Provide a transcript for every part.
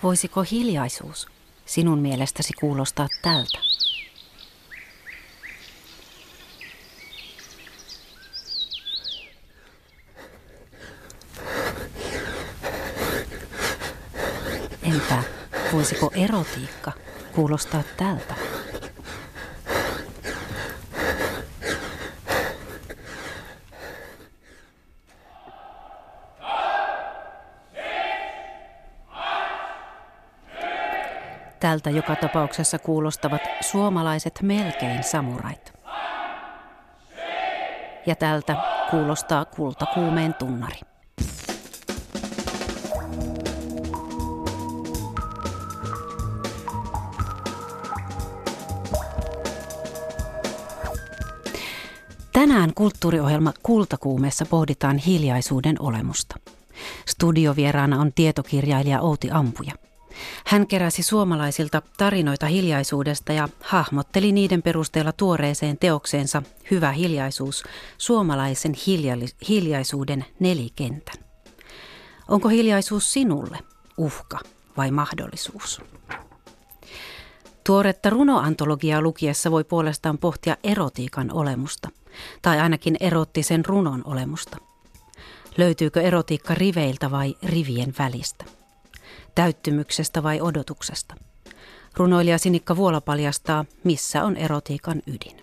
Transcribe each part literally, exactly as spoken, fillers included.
Voisiko hiljaisuus sinun mielestäsi kuulostaa tältä? Entä voisiko erotiikka kuulostaa tältä? Tältä joka tapauksessa kuulostavat suomalaiset melkein samurait. Ja tältä kuulostaa Kultakuumeen tunnari. Tänään kulttuuriohjelma Kultakuumeessa pohditaan hiljaisuuden olemusta. Studiovieraana on tietokirjailija Outi Ampuja. Hän keräsi suomalaisilta tarinoita hiljaisuudesta ja hahmotteli niiden perusteella tuoreeseen teokseensa Hyvä hiljaisuus, suomalaisen hilja- hiljaisuuden nelikentän. Onko hiljaisuus sinulle uhka vai mahdollisuus? Tuoretta runoantologiaa lukiessa voi puolestaan pohtia erotiikan olemusta, tai ainakin erottisen runon olemusta. Löytyykö erotiikka riveiltä vai rivien välistä? Täyttymyksestä vai odotuksesta? Runoilija Sinikka Vuola paljastaa, missä on erotiikan ydin.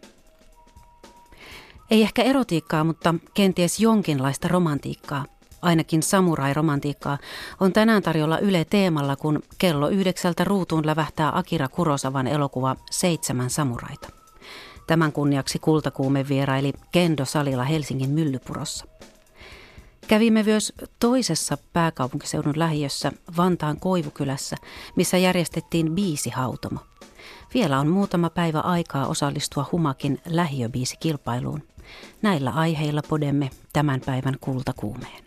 Ei ehkä erotiikkaa, mutta kenties jonkinlaista romantiikkaa, ainakin samurai-romantiikkaa, on tänään tarjolla Yle Teemalla, kun kello yhdeksältä ruutuun lävähtää Akira Kurosawan elokuva Seitsemän samuraita. Tämän kunniaksi Kultakuume vieraili Kendo Salila Helsingin Myllypurossa. Kävimme myös toisessa pääkaupunkiseudun lähiössä Vantaan Koivukylässä, missä järjestettiin biisihautomo. Vielä on muutama päivä aikaa osallistua Humakin lähiöbiisikilpailuun. Näillä aiheilla podemme tämän päivän Kultakuumeen.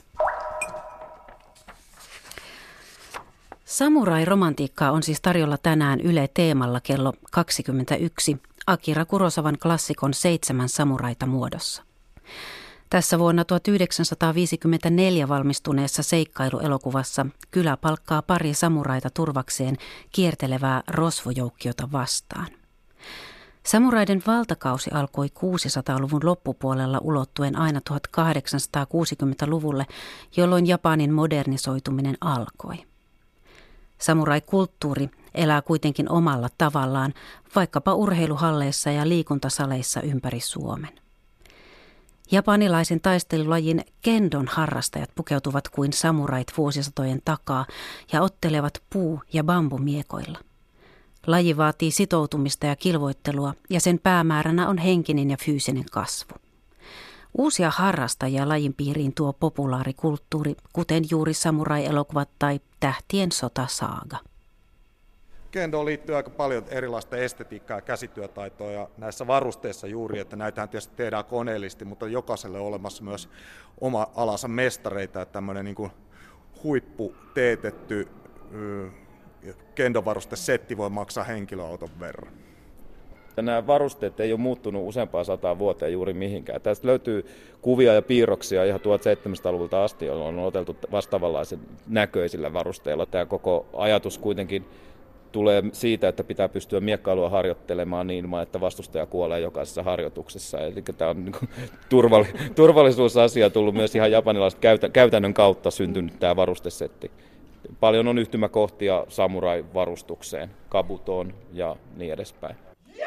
Samurai-romantiikkaa on siis tarjolla tänään Yle Teemalla kello kaksikymmentäyksi Akira Kurosawan klassikon Seitsemän samuraita muodossa. Tässä vuonna tuhatyhdeksänsataaviisikymmentäneljä valmistuneessa seikkailuelokuvassa kylä palkkaa pari samuraita turvakseen kiertelevää rosvojoukkiota vastaan. Samuraiden valtakausi alkoi kuusisataaluvun loppupuolella ulottuen aina tuhatkahdeksansataakuusikymmentäluvulle, jolloin Japanin modernisoituminen alkoi. Samurai-kulttuuri elää kuitenkin omalla tavallaan, vaikkapa urheiluhalleissa ja liikuntasaleissa ympäri Suomen. Japanilaisen taistelulajin kendon harrastajat pukeutuvat kuin samurait vuosisatojen takaa ja ottelevat puu- ja bambumiekoilla. Laji vaatii sitoutumista ja kilvoittelua ja sen päämääränä on henkinen ja fyysinen kasvu. Uusia harrastajia lajin piiriin tuo populaarikulttuuri, kuten juuri samurai-elokuvat tai Tähtien sota-saaga. Kendoon liittyy aika paljon erilaista estetiikkaa ja käsityötaitoa ja näissä varusteissa juuri, että näitähän tietysti tehdään koneellisesti, mutta jokaiselle on olemassa myös oma alansa mestareita, että tämmöinen niin kuin huippu teetetty kendovarustesetti voi maksaa henkilöauton verran. Nämä varusteet ei ole muuttunut useampaa sataa vuoteen juuri mihinkään. Tästä löytyy kuvia ja piirroksia ihan tuhatseitsemänsataaluvulta asti, jolloin on oteltu vastaavanlaisen näköisillä varusteilla. Tämä koko ajatus kuitenkin tulee siitä, että pitää pystyä miekkailua harjoittelemaan niin ilman, että vastustaja kuolee jokaisessa harjoituksessa. Eli tämä on niin turvalli- turvallisuusasia tullut myös ihan japanilaisen käytännön kautta syntynyt tämä varustesetti. Paljon on yhtymäkohtia samurai-varustukseen, kabutoon ja niin edespäin.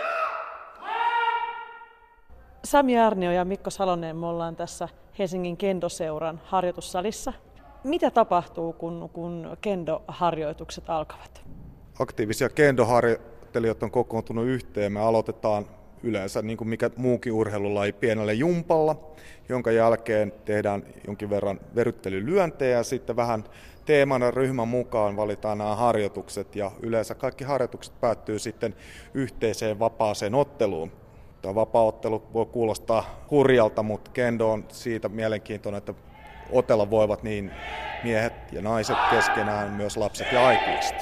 Sami Arnio ja Mikko Salonen, me ollaan tässä Helsingin Kendo-seuran harjoitussalissa. Mitä tapahtuu, kun, kun kendo-harjoitukset alkavat? Aktiivisia kendoharjoittelijoita on kokoontunut yhteen. Me aloitetaan yleensä niin kuin mikä muukin urheilulaji pienellä jumpalla, jonka jälkeen tehdään jonkin verran veryttelylyöntejä ja sitten vähän teemana ryhmän mukaan valitaan nämä harjoitukset ja yleensä kaikki harjoitukset päättyy sitten yhteiseen vapaaseen otteluun. Tämä vapaa-ottelu voi kuulostaa hurjalta, mutta kendo on siitä mielenkiintoinen, että otella voivat niin miehet ja naiset keskenään, myös lapset ja aikuiset.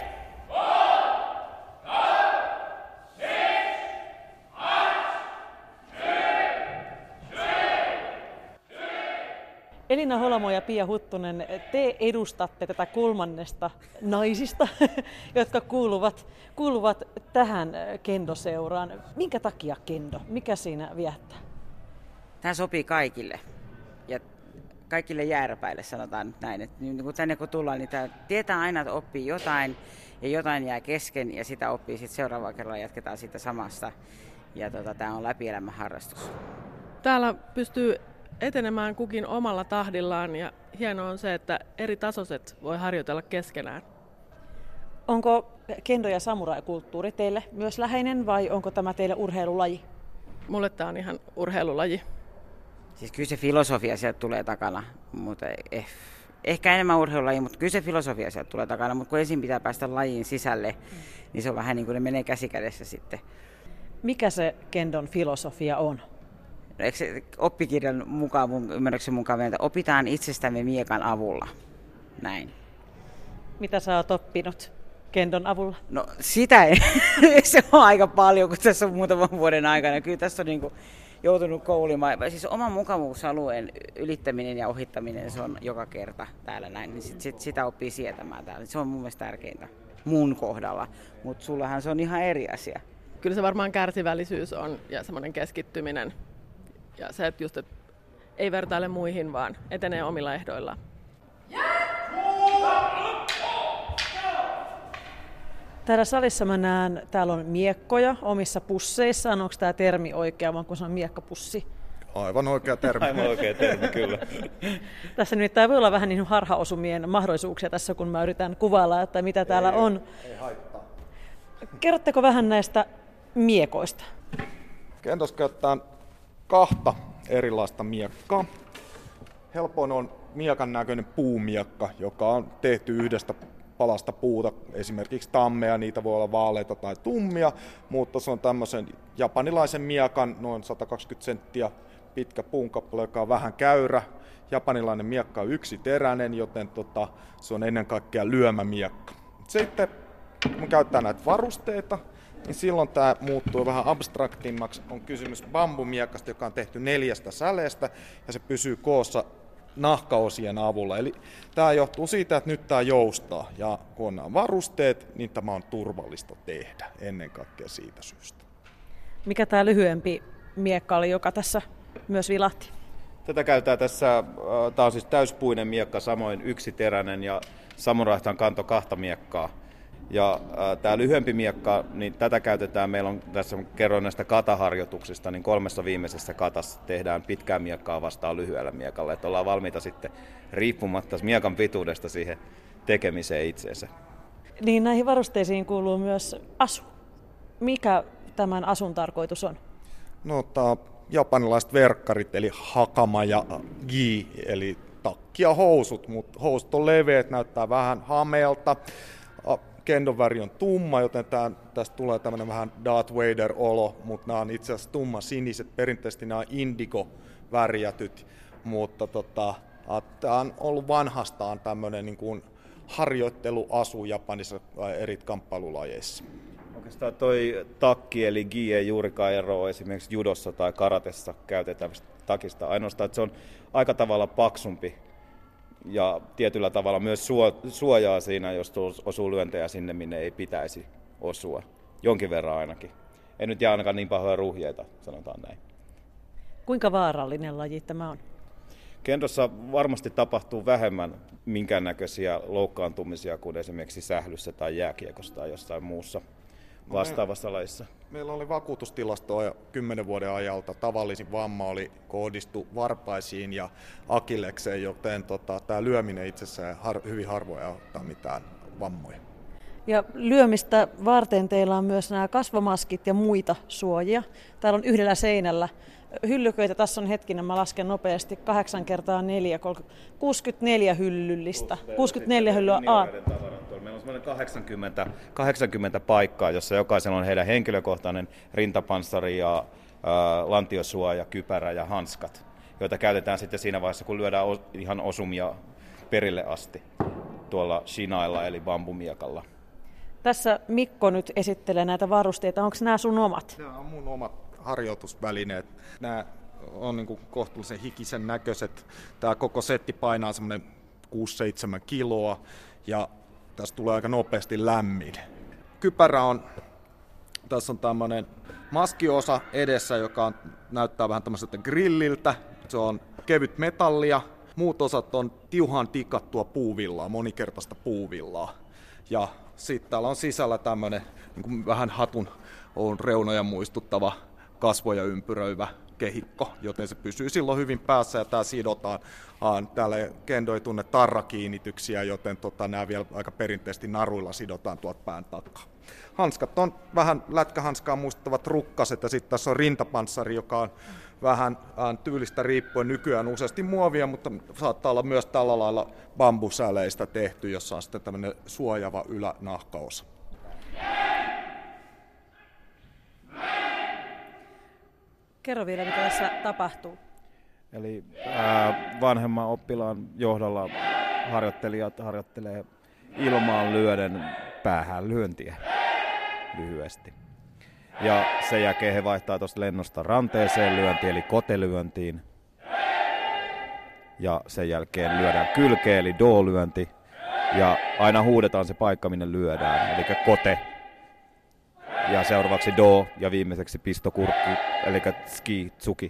Elina Holamo ja Pia Huttunen, te edustatte tätä kolmannesta naisista, jotka kuuluvat, kuuluvat tähän kendoseuraan. Minkä takia kendo? Mikä siinä viehättää? Tämä sopii kaikille. Ja kaikille jääräpäille sanotaan nyt näin. Että niin kun tänne kun tullaan, niin tietää aina, että oppii jotain ja jotain jää kesken ja sitä oppii sitten seuraavalla kerralla jatketaan siitä samasta. Ja tota, tämä on läpielämän harrastus. Täällä pystyy etenemään kukin omalla tahdillaan ja hienoa on se, että eri tasoiset voi harjoitella keskenään. Onko kendo- ja samurai-kulttuuri teille myös läheinen vai onko tämä teille urheilulaji? Mulle tämä on ihan urheilulaji. Siis kyllä se filosofia sieltä tulee takana, mutta eh, ehkä enemmän urheilulaji, mutta kyllä se filosofia sieltä tulee takana, mutta kun ensin pitää päästä lajiin sisälle, mm. niin se on vähän niin kuin ne menee käsi kädessä sitten. Mikä se kendon filosofia on? No, eikö se oppikirjan mukaan, mun ymmärryksen mukaan, että opitaan itsestämme miekan avulla? Näin. Mitä sä oot oppinut kendon avulla? No sitä ei. Se on aika paljon, kun tässä on muutaman vuoden aikana. Kyllä tässä on niin kuin joutunut koulimaan. Siis oman mukavuusalueen ylittäminen ja ohittaminen, se on joka kerta täällä näin. Niin sit, sit, sitä oppii sietämään täällä. Se on mun mielestä tärkeintä mun kohdalla, mutta sullahan se on ihan eri asia. Kyllä se varmaan kärsivällisyys on ja semmoinen keskittyminen. Ja se, että just, että ei vertaile muihin, vaan etenee omilla ehdoillaan. Täällä salissa mä näen, täällä on miekkoja omissa pusseissaan. Onko tämä termi oikea, vaan kun se on miekkapussi? Aivan oikea termi. Aivan oikea termi, kyllä. Tässä nimittäin voi olla vähän niin harhaosumien mahdollisuuksia tässä, kun mä yritän kuvailla, että mitä täällä ei, on. Ei haittaa. Kerrotteko vähän näistä miekoista? Kendossa käytetään kahta erilaista miekkaa. Helpoin on miekan näköinen puumiekka, joka on tehty yhdestä palasta puuta, esimerkiksi tammea, niitä voi olla vaaleita tai tummia, mutta se on tämmöisen japanilaisen miekan noin sata kaksikymmentä senttiä pitkä puunkappale, joka on vähän käyrä. Japanilainen miekka on yksiteräinen, joten tota, se on ennen kaikkea lyömämiekka. Sitten kun käyttää näitä varusteita, niin silloin tämä muuttuu vähän abstraktimmaksi. On kysymys bambumiekasta, joka on tehty neljästä säleestä ja se pysyy koossa nahkaosien avulla. Eli tämä johtuu siitä, että nyt tämä joustaa ja kun on nämä varusteet, niin tämä on turvallista tehdä ennen kaikkea siitä syystä. Mikä tämä lyhyempi miekka oli, joka tässä myös vilahti? Tätä käytetään tässä, tämä on siis täyspuinen miekka, samoin yksiteräinen ja samuraihtaan kanto kahta miekkaa. Ja äh, tämä lyhyempi miekka, niin tätä käytetään, meillä on tässä kerroin näistä kataharjoituksista, niin kolmessa viimeisessä katassa tehdään pitkää miekkaa vastaan lyhyellä miekalla, että ollaan valmiita sitten riippumatta miekan pituudesta siihen tekemiseen itseensä. Niin näihin varusteisiin kuuluu myös asu. Mikä tämän asun tarkoitus on? No tämä japanilaiset verkkarit, eli hakama ja gi, eli takki ja housut, mutta housut on leveät, näyttää vähän hameelta. Kendon väri on tumma, joten tää, tästä tulee tämmöinen vähän Darth Vader-olo, mutta nämä on itse asiassa tumma siniset, perinteisesti nämä on indigo-värjätyt, mutta tota, tämä on ollut vanhastaan tämmöinen niin kuin harjoitteluasu Japanissa eri kamppailulajeissa. Oikeastaan toi takki eli gi ei juurikaan eroa esimerkiksi judossa tai karatessa käytettävästä takista, ainoastaan että se on aika tavalla paksumpi. Ja tietyllä tavalla myös suojaa siinä, jos osuu lyöntejä sinne, minne ei pitäisi osua. Jonkin verran ainakin. Ei nyt jää ainakaan niin pahoja ruhjeita, sanotaan näin. Kuinka vaarallinen laji tämä on? Kendossa varmasti tapahtuu vähemmän minkäännäköisiä loukkaantumisia kuin esimerkiksi sählyssä tai jääkiekossa tai jossain muussa vastaavassa lajissa. Meillä oli vakuutustilastoa kymmenen vuoden ajalta. Tavallisin vamma oli kohdistu varpaisiin ja akillekseen, joten tota, tämä lyöminen itsessään har, hyvin harvoin aiheuttaa mitään vammoja. Ja lyömistä varten teillä on myös nämä kasvomaskit ja muita suojia. Täällä on yhdellä seinällä hyllyköitä. Tässä on hetkinen, mä lasken nopeasti. kahdeksan kertaa neljä, kuusikymmentäneljä hyllyllistä. kuusikymmentäneljä hyllyä. A. Meillä on semmoinen kahdeksankymmentä, kahdeksankymmentä paikkaa, jossa jokaisella on heidän henkilökohtainen rintapanssari ja ä, lantiosuoja, kypärä ja hanskat, joita käytetään sitten siinä vaiheessa, kun lyödään o, ihan osumia perille asti tuolla shinailla eli bambumiekalla. Tässä Mikko nyt esittelee näitä varusteita. Onko nämä sun omat? Nämä on mun omat harjoitusvälineet. Nämä on niin kuin kohtuullisen hikisen näköiset. Tämä koko setti painaa semmoinen kuusi seitsemän kiloa ja tästä tulee aika nopeasti lämmin. Kypärä on, tässä on tämmöinen maskiosa edessä, joka on, näyttää vähän tämmöiseltä grilliltä. Se on kevyt metallia. Muut osat on tiuhaan tikattua puuvillaa, monikertaista puuvillaa. Ja sitten täällä on sisällä tämmöinen niin kuin vähän hatun on reunoja muistuttava kasvoja ympyröivä kehikko, joten se pysyy silloin hyvin päässä ja tää sidotaan. Täällä kendo ei tunne tarrakiinnityksiä, joten tota, nämä vielä aika perinteisesti naruilla sidotaan tuolta pään takaa. Hanskat on vähän lätkähanskaa muistuttavat rukkaset ja sitten tässä on rintapanssari, joka on vähän tyylistä riippuen nykyään useasti muovia, mutta saattaa olla myös tällä lailla bambusäleistä tehty, jossa on sitten tämmöinen suojaava ylänahkaosa. Kerro vielä, mitä tässä tapahtuu. Eli ää, vanhemman oppilaan johdolla harjoittelijat harjoittelee ilmaan lyöden päähän lyöntiä lyhyesti. Ja sen jälkeen he vaihtaa tuosta lennosta ranteeseen lyöntiin, eli kotelyöntiin. Ja sen jälkeen lyödään kylkeen, eli do-lyönti. Ja aina huudetaan se paikka, minne lyödään, eli kote. Ja seuraavaksi do ja viimeiseksi pistokurkku, eli ski, tsuki.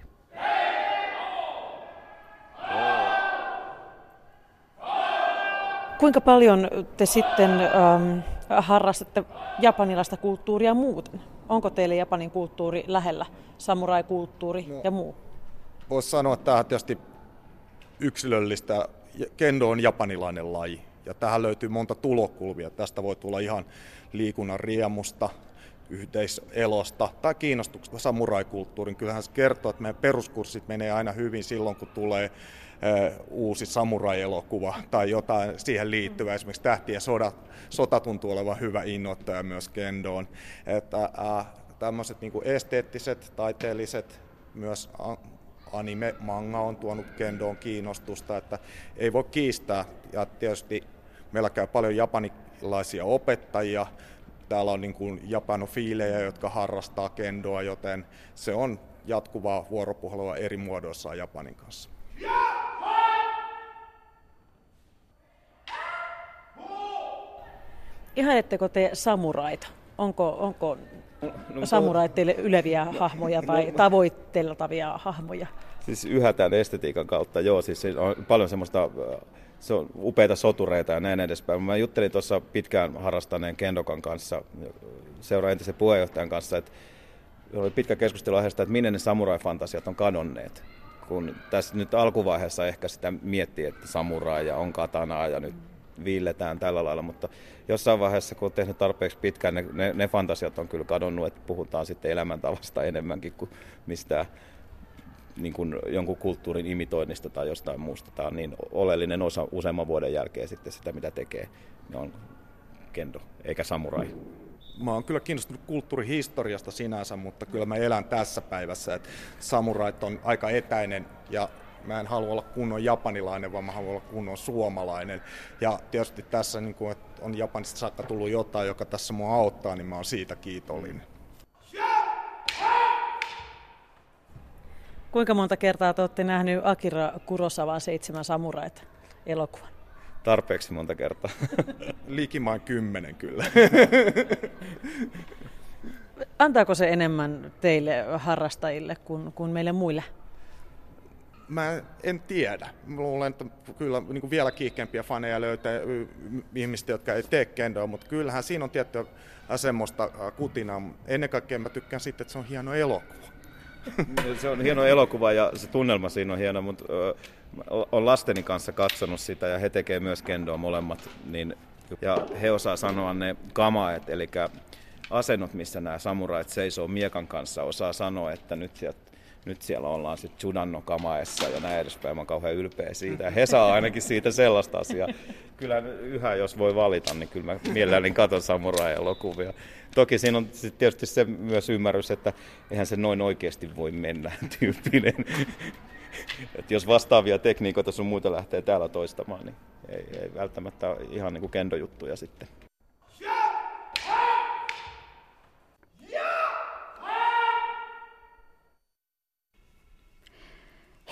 Kuinka paljon te sitten ähm, harrastatte japanilaista kulttuuria muuten? Onko teille Japanin kulttuuri lähellä, samurai-kulttuuri no, ja muu? Voisi sanoa, että tämä on tietysti yksilöllistä. Kendo on japanilainen laji ja tähän löytyy monta tulokulmia. Tästä voi tulla ihan liikunnan riemusta, yhteiselosta tai kiinnostuksesta samurai-kulttuurin. Kyllähän se kertoo, että meidän peruskurssit menee aina hyvin silloin, kun tulee uusi samurai-elokuva tai jotain siihen liittyvää. Esimerkiksi Tähti ja soda, sota tuntuu olevan hyvä innoittaja myös kendoon. Että, äh, tämmöiset niin kuin esteettiset, taiteelliset, myös anime, manga on tuonut kendoon kiinnostusta, että ei voi kiistää. Ja tietysti meillä käy paljon japanilaisia opettajia. Täällä on niin kuin japanofiilejä, jotka harrastaa kendoa, joten se on jatkuvaa vuoropuhelua eri muodoissaan Japanin kanssa. Ihailetteko te samuraita? Onko, onko samurait teille yleviä hahmoja tai tavoitteltavia hahmoja? Siis yhä tämän estetiikan kautta, joo, siis on paljon semmoista, se on upeita sotureita ja näin edespäin. Mä juttelin tuossa pitkään harrastaneen Kendokan kanssa, seuraan entisen puheenjohtajan kanssa, että oli pitkä keskustelu aiheesta, että minne ne samurai-fantasiat on kadonneet. Kun tässä nyt alkuvaiheessa ehkä sitä miettii, että samurai ja on katanaa ja nyt viilletään tällä lailla, mutta jossain vaiheessa, kun on tehnyt tarpeeksi pitkään, ne, ne, ne fantasiat on kyllä kadonnut, että puhutaan sitten elämäntavasta enemmänkin kuin mistään niin kuin jonkun kulttuurin imitoinnista tai jostain muusta. Tämä on niin oleellinen osa useamman vuoden jälkeen sitten sitä, mitä tekee. Ne on kendo, eikä samurai. Mä oon kyllä kiinnostunut kulttuurihistoriasta sinänsä, mutta kyllä mä elän tässä päivässä, että samurait on aika etäinen ja mä en halua olla kunnon japanilainen, vaan mä haluan olla kunnon suomalainen. Ja tietysti tässä, niin kun, että on Japanista saakka tullut jotain, joka tässä mua auttaa, niin mä oon siitä kiitollinen. Kuinka monta kertaa te olette nähnyt Akira Kurosawan Seitsemän samuraita elokuvan? Tarpeeksi monta kertaa. Likimain kymmenen kyllä. Antaako se enemmän teille harrastajille kuin, kuin meille muille? Mä en tiedä. Mä luulen, että kyllä niin kuin vielä kiihkeämpiä faneja löytää ihmistä, jotka ei tee kendoa, mutta kyllähän siinä on tiettyä semmoista kutinaa. Ennen kaikkea mä tykkään sitten, että se on hieno elokuva. Se on hieno elokuva ja se tunnelma siinä on hieno, mutta olen lasteni kanssa katsonut sitä ja he tekee myös kendoa molemmat. Niin, ja he osaa sanoa ne kamaet, eli asennot, missä nämä samurait seisoo miekan kanssa, osaa sanoa, että nyt sieltä Nyt siellä ollaan sitten Judanno kamaessa ja näin edespäin. Mä oon kauhean ylpeä siitä. Ja he saa ainakin siitä sellaista asiaa. Kyllä yhä, jos voi valita, niin kyllä mä mielelläni katon samurai-elokuvia. Toki siinä on tietysti se myös ymmärrys, että eihän se noin oikeasti voi mennä tyyppinen. Että jos vastaavia tekniikoita sun muuta lähtee täällä toistamaan, niin ei, ei välttämättä ole ihan niin kuin kendojuttuja sitten.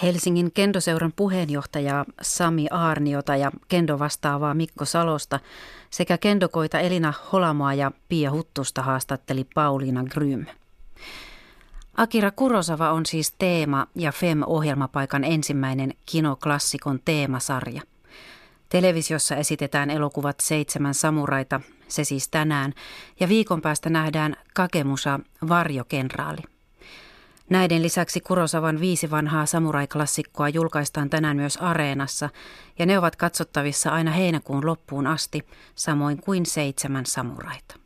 Helsingin kendoseuran puheenjohtajaa Sami Aarniota ja kendovastaavaa Mikko Salosta sekä kendokoita Elina Holamoa ja Pia Huttusta haastatteli Pauliina Grym. Akira Kurosawa on siis teema- ja F E M-ohjelmapaikan ensimmäinen kinoklassikon teemasarja. Televisiossa esitetään elokuvat Seitsemän samuraita, se siis tänään, ja viikon päästä nähdään Kagemusha, varjokenraali. Näiden lisäksi Kurosawan viisi vanhaa samurai-klassikkoa julkaistaan tänään myös Areenassa, ja ne ovat katsottavissa aina heinäkuun loppuun asti, samoin kuin Seitsemän samuraita.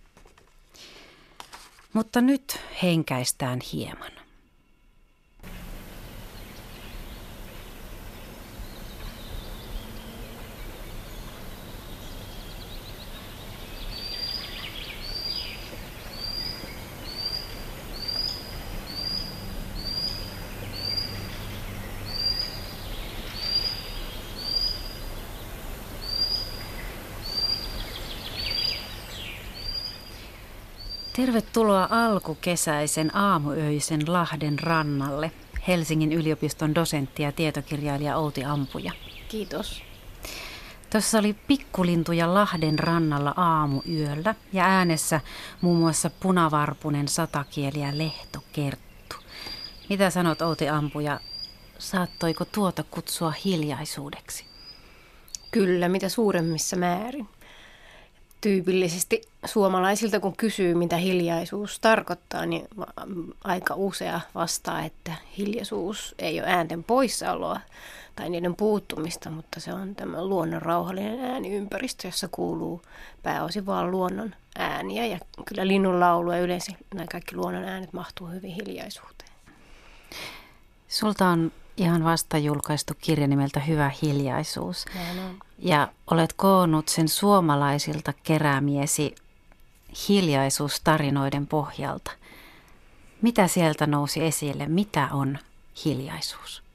Mutta nyt henkäistään hieman. Tervetuloa alkukesäisen aamuöisen Lahden rannalle. Helsingin yliopiston dosentti ja tietokirjailija Outi Ampuja. Kiitos. Tuossa oli pikkulintuja Lahden rannalla aamuyöllä ja äänessä muun muassa punavarpunen satakieli ja lehtokerttu. Mitä sanot, Outi Ampuja, saattoiko tuota kutsua hiljaisuudeksi? Kyllä, mitä suuremmissa määrin. Tyypillisesti suomalaisilta, kun kysyy, mitä hiljaisuus tarkoittaa, niin aika usea vastaa, että hiljaisuus ei ole äänten poissaoloa tai niiden puuttumista, mutta se on tämä luonnon rauhallinen ääniympäristö, jossa kuuluu pääosin vaan luonnon ääniä. Ja kyllä linnunlaulu ja yleensä nämä kaikki luonnon äänet mahtuu hyvin hiljaisuuteen. Sulta on ihan vasta julkaistu kirja nimeltä Hyvä hiljaisuus. Näin. Ja olet koonnut sen suomalaisilta keräämiesi hiljaisuustarinoiden pohjalta. Mitä sieltä nousi esille? Mitä on hiljaisuus?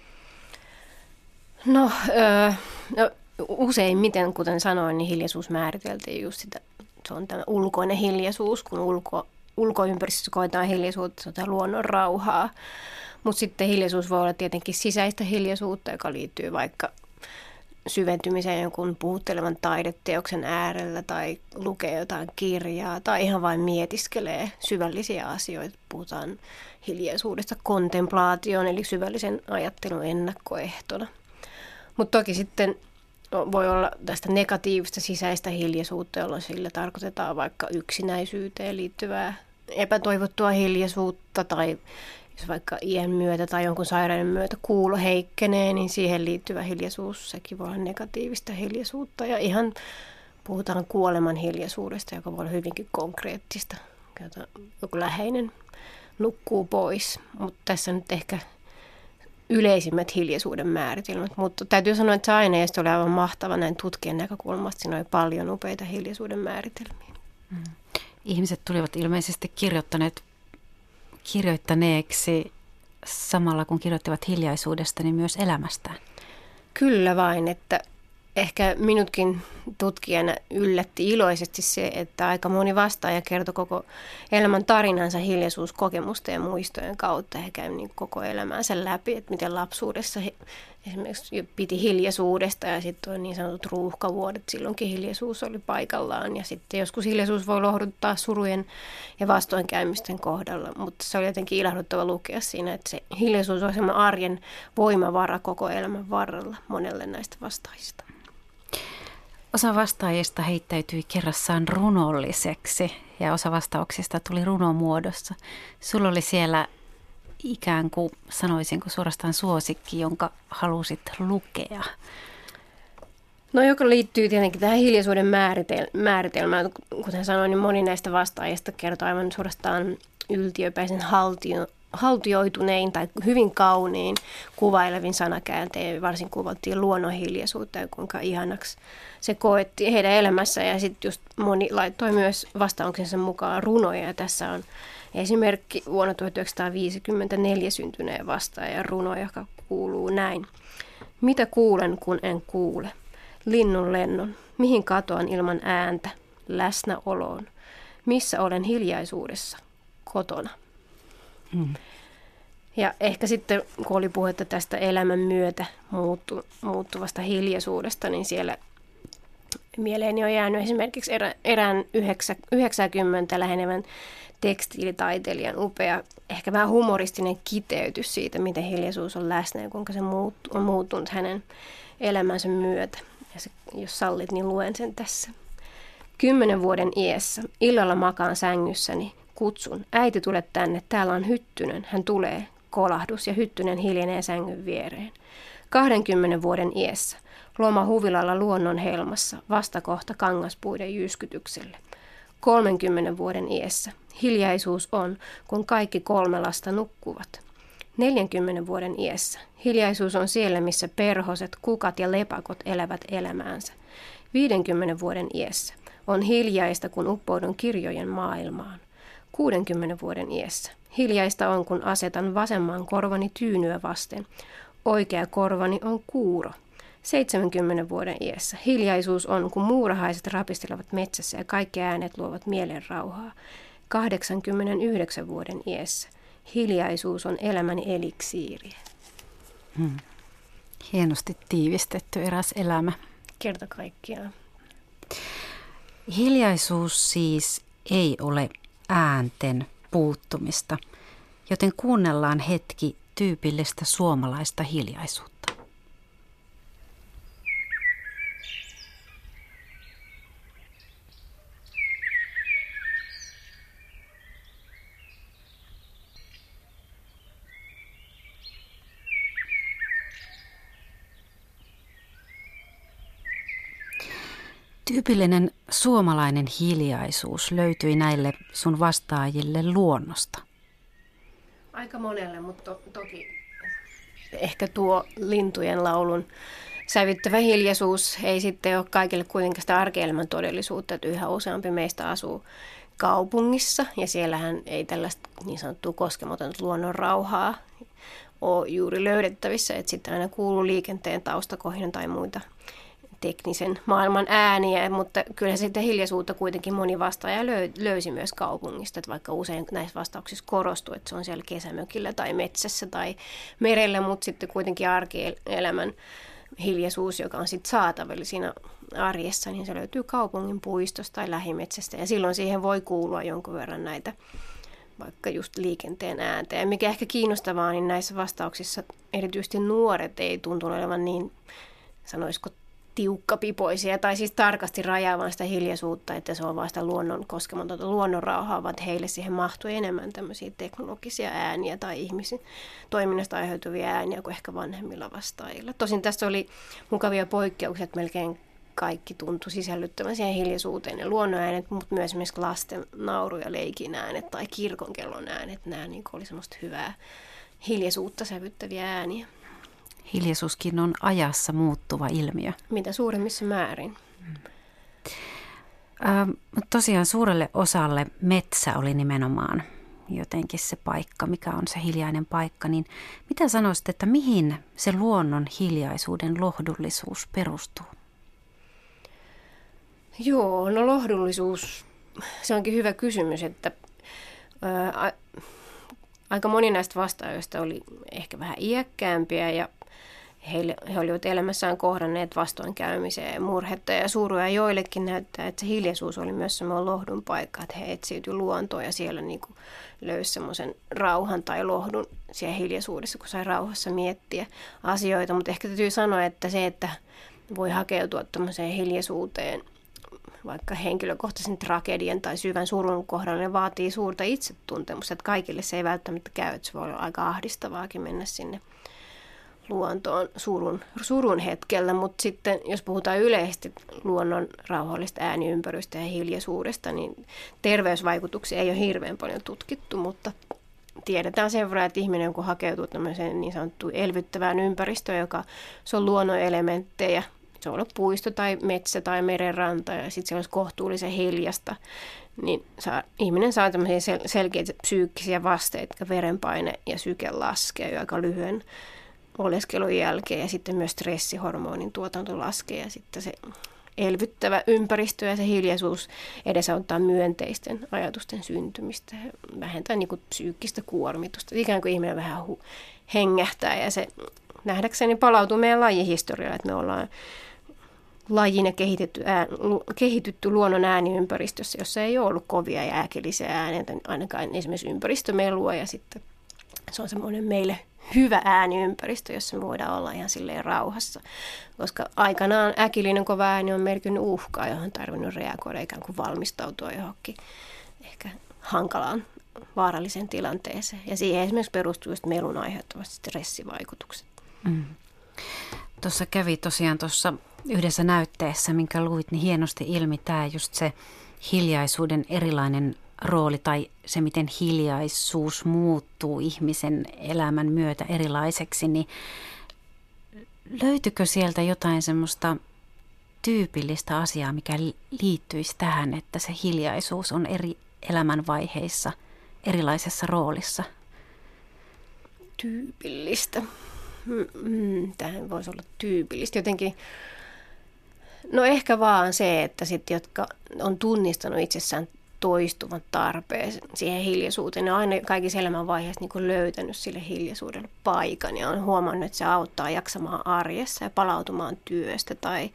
No, öö, no useimmiten, kuten sanoin, niin hiljaisuus määriteltiin just sitä. Se on tämä ulkoinen hiljaisuus, kun ulko, ulkoympäristössä koetaan hiljaisuutta, se on tämä luonnon rauhaa. Mutta sitten hiljaisuus voi olla tietenkin sisäistä hiljaisuutta, joka liittyy vaikka syventymiseen jonkun puhuttelevan taideteoksen äärellä tai lukee jotain kirjaa tai ihan vain mietiskelee syvällisiä asioita. Puhutaan hiljaisuudesta kontemplaation eli syvällisen ajattelun ennakkoehtona. Mutta toki sitten voi olla tästä negatiivista sisäistä hiljaisuutta, jolloin sillä tarkoitetaan vaikka yksinäisyyteen liittyvää epätoivottua hiljaisuutta tai jos vaikka iän myötä tai jonkun sairauden myötä kuulo heikkenee, niin siihen liittyvä hiljaisuus, sekin voi olla negatiivista hiljaisuutta. Ja ihan puhutaan kuoleman hiljaisuudesta, joka voi olla hyvinkin konkreettista. Joku läheinen nukkuu pois, mutta tässä nyt ehkä yleisimmät hiljaisuuden määritelmät. Mutta täytyy sanoa, että se aineisto oli aivan mahtava näin tutkijan näkökulmasta. Siinä oli paljon upeita hiljaisuuden määritelmiä. Mm. Ihmiset tulivat ilmeisesti kirjoittaneet kirjoittaneeksi samalla kun kirjoittivat hiljaisuudesta, niin myös elämästään. Kyllä vain, että ehkä minutkin tutkijana yllätti iloisesti se, että aika moni vastaaja kertoi koko elämän tarinansa hiljaisuuskokemusten ja muistojen kautta. He käy niin koko elämänsä läpi, että miten lapsuudessa he esimerkiksi piti hiljaisuudesta ja sitten on niin sanotut ruuhkavuodet. Silloinkin hiljaisuus oli paikallaan ja sitten joskus hiljaisuus voi lohduttaa surujen ja vastoinkäymisten kohdalla. Mutta se oli jotenkin ilahduttava lukea siinä, että se hiljaisuus on semmoinen arjen voimavara koko elämän varrella monelle näistä vastaajista. Osa vastaajista heittäytyi kerrassaan runolliseksi ja osa vastauksista tuli runomuodossa. Sulla oli siellä ikään kuin, sanoisinko suorastaan suosikki, jonka halusit lukea. No joka liittyy tietenkin tähän hiljaisuuden määritel- määritelmään. Kuten sanoin, niin moni näistä vastaajista kertoo aivan suorastaan yltiöpäisen haltio- haltioitunein tai hyvin kauniin kuvailevin sanakäänteen. Varsin kuvattiin luonnon hiljaisuutta ja kuinka ihanaksi se koettiin heidän elämässä. Ja sitten just moni laittoi myös vastauksensa mukaan runoja. Ja tässä on esimerkki vuonna tuhatyhdeksänsataaviisikymmentäneljä syntyneen vastaajan runo, joka kuuluu näin. Mitä kuulen, kun en kuule? Linnun lennon. Mihin katoan ilman ääntä? Läsnäoloon. Missä olen hiljaisuudessa? Kotona. Hmm. Ja ehkä sitten, kun oli puhetta tästä elämän myötä muuttu, muuttuvasta hiljaisuudesta, niin siellä mieleeni on jäänyt esimerkiksi erä, erään yhdeksänkymmentä lähenevän tekstiilitaiteilijan upea, ehkä vähän humoristinen kiteytys siitä, miten hiljaisuus on läsnä ja kuinka se muut, on muuttunut hänen elämänsä myötä. Ja se, jos sallit, niin luen sen tässä. Kymmenen vuoden iässä, illalla makaan sängyssäni, kutsun, äiti tule tänne, täällä on Hyttynen, hän tulee, kolahdus ja Hyttynen hiljenee sängyn viereen. Kahdenkymmenen vuoden iässä, loma huvilalla luonnon helmassa, vastakohta kangaspuiden jyskytykselle. Kolmenkymmenen vuoden iässä, hiljaisuus on, kun kaikki kolme lasta nukkuvat. Neljänkymmenen vuoden iässä, hiljaisuus on siellä, missä perhoset, kukat ja lepakot elävät elämäänsä. Viidenkymmenen vuoden iässä, on hiljaista, kun uppoudun kirjojen maailmaan. Kuudenkymmenen vuoden iässä, hiljaista on, kun asetan vasemman korvani tyynyä vasten. Oikea korvani on kuuro. Seitsemänkymmenen vuoden iässä, hiljaisuus on, kun muurahaiset rapistelevat metsässä ja kaikki äänet luovat mielen rauhaa. Kahdeksankymmentäyhdeksän vuoden iässä, hiljaisuus on elämäni eliksiiriä. Hmm. Hienosti tiivistetty eräs elämä. Kerta kaikkiaan. Hiljaisuus siis ei ole äänten puuttumista, joten kuunnellaan hetki tyypillistä suomalaista hiljaisuutta. Tyypillinen suomalainen hiljaisuus löytyi näille sun vastaajille luonnosta. Aika monelle, mutta to- toki ehkä tuo lintujen laulun sävyttävä hiljaisuus ei sitten ole kaikille kuitenkaan sitä arkielämän todellisuutta, että yhä useampi meistä asuu kaupungissa ja siellähän ei tällaista niin sanottua koskematonta luonnon rauhaa ole juuri löydettävissä, että sitten aina kuuluu liikenteen taustakohina tai muita teknisen maailman ääniä, mutta kyllä sitten hiljaisuutta kuitenkin moni vastaaja löysi myös kaupungista, että vaikka usein näissä vastauksissa korostuu, että se on siellä kesämökillä tai metsässä tai merellä, mutta sitten kuitenkin arkielämän hiljaisuus, joka on sitten saatavilla siinä arjessa, niin se löytyy kaupungin puistosta tai lähimetsästä ja silloin siihen voi kuulua jonkun verran näitä vaikka just liikenteen ääntä. Ja mikä ehkä kiinnostavaa, niin näissä vastauksissa erityisesti nuoret ei tuntu olevan niin, sanoisiko, tiukkapipoisia tai siis tarkasti rajaavan sitä hiljaisuutta, että se on vain sitä luonnon koskematonta luonnonrauhaa, vaan heille siihen mahtui enemmän tämmöisiä teknologisia ääniä tai ihmisen toiminnasta aiheutuvia ääniä kuin ehkä vanhemmilla vastaajilla. Tosin tässä oli mukavia poikkeuksia, että melkein kaikki tuntui sisällyttävän siihen hiljaisuuteen ja luonnonäänet, mutta myös esimerkiksi lasten nauru- ja leikin äänet tai kirkonkellon äänet, nämä niin oli semmoista hyvää hiljaisuutta sävyttäviä ääniä. Hiljaisuuskin on ajassa muuttuva ilmiö. Mitä suuremmissa määrin. Mm. Äh, tosiaan suurelle osalle metsä oli nimenomaan jotenkin se paikka, mikä on se hiljainen paikka. Niin mitä sanoisit, että mihin se luonnon hiljaisuuden lohdullisuus perustuu? Joo, no lohdullisuus, se onkin hyvä kysymys, että ää, aika moni näistä vastaajista oli ehkä vähän iäkkäämpiä ja heille, he olivat elämässään kohdanneet vastoinkäymisiä ja murhetta ja surua. Joillekin näyttää, että se hiljaisuus oli myös semmoinen lohdun paikka, että he etsiytyi luontoon ja siellä niin kuin löysi semmoisen rauhan tai lohdun siellä hiljaisuudessa, kun sai rauhassa miettiä asioita. Mutta ehkä täytyy sanoa, että se, että voi hakeutua tämmöiseen hiljaisuuteen, vaikka henkilökohtaisen tragedian tai syvän surun kohdalla, ne vaatii suurta itsetuntemusta, että kaikille se ei välttämättä käy, että se voi olla aika ahdistavaakin mennä sinne luontoon surun, surun hetkellä, mutta sitten jos puhutaan yleisesti luonnon rauhallista ääniympärystä ja hiljaisuudesta, niin terveysvaikutuksia ei ole hirveän paljon tutkittu, mutta tiedetään sen verran, että ihminen kun hakeutuu tämmöiseen niin sanottuun elvyttävään ympäristöön, joka se on luonnon elementtejä, se on ollut puisto tai metsä tai merenranta ja sitten se olisi kohtuullisen hiljasta, niin saa, ihminen saa tämmöisiä sel- selkeitä psyykkisiä vasteita, että verenpaine ja syke laskee aika lyhyen oleskelun jälkeen ja sitten myös stressihormonin tuotanto laskee ja sitten se elvyttävä ympäristö ja se hiljaisuus edesauttaa myönteisten ajatusten syntymistä ja vähentää niin kuin psyykkistä kuormitusta. Ikään kuin ihminen vähän hu- hengähtää ja se nähdäkseni palautuu meidän lajihistoriaan, että me ollaan lajina kehitetty, ää, kehitytty luonnon ääniympäristössä, jossa ei ole ollut kovia ja äkillisiä ääniä, ainakaan esimerkiksi ympäristömelua ja sitten se on semmoinen meille hyvä ääniympäristö, jossa me voidaan olla ihan silleen rauhassa, koska aikanaan äkillinen kova ääni on merkinnyt uhkaa, johon on tarvinnut reagoida ikään kuin valmistautua johonkin ehkä hankalaan vaaralliseen tilanteeseen. Ja siihen esimerkiksi perustuu just melun aiheuttavat stressivaikutukset. Mm. Tuossa kävi tosiaan tuossa yhdessä näytteessä, minkä luit, niin hienosti ilmi tämä just se hiljaisuuden erilainen rooli tai se, miten hiljaisuus muuttuu ihmisen elämän myötä erilaiseksi, niin löytyykö sieltä jotain semmoista tyypillistä asiaa, mikä liittyisi tähän, että se hiljaisuus on eri elämänvaiheissa erilaisessa roolissa? Tyypillistä. Mm, tähän voisi olla tyypillistä. Jotenkin, no ehkä vaan se, että sitten, jotka on tunnistanut itsessään toistuvan tarpeen siihen hiljaisuuteen, ne on aina kaikissa elämänvaiheissa niin löytänyt sille hiljaisuudelle paikan ja on huomannut, että se auttaa jaksamaan arjessa ja palautumaan työstä tai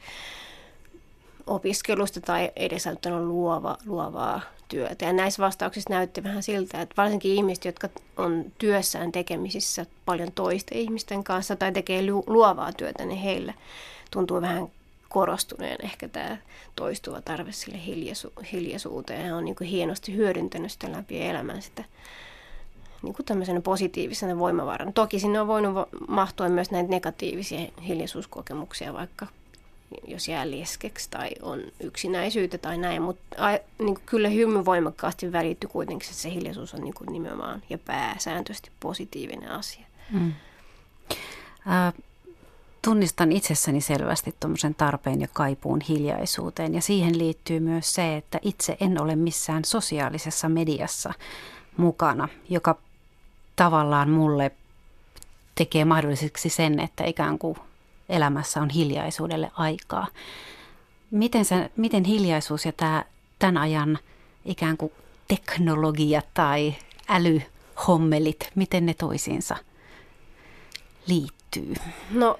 opiskelusta tai edesauttanut luova, luovaa työtä. Ja näissä vastauksissa näytti vähän siltä, että varsinkin ihmiset, jotka on työssään tekemisissä paljon toisten ihmisten kanssa tai tekee luovaa työtä, niin heille tuntuu vähän korostuneen ehkä tämä toistuva tarve sille hiljaisu- hiljaisuuteen. Ja on niin kuin hienosti hyödyntänyt sitä läpi elämän sitä niin kuin tämmöisenä positiivisena voimavarana. Toki sinne on voinut mahtua myös näitä negatiivisia hiljaisuuskokemuksia, vaikka jos jää leskeksi tai on yksinäisyyttä tai näin, mutta niin kyllä hyvin voimakkaasti välittyy kuitenkin, että se hiljaisuus on niin kuin nimenomaan ja pääsääntöisesti positiivinen asia. Mm. Äh, tunnistan itsessäni selvästi tuommoisen tarpeen ja kaipuun hiljaisuuteen ja siihen liittyy myös se, että itse en ole missään sosiaalisessa mediassa mukana, joka tavallaan mulle tekee mahdolliseksi sen, että ikään kuin elämässä on hiljaisuudelle aikaa. Miten, se, miten hiljaisuus ja tämä, tämän ajan ikään kuin teknologia tai älyhommelit, miten ne toisiinsa liittyy? No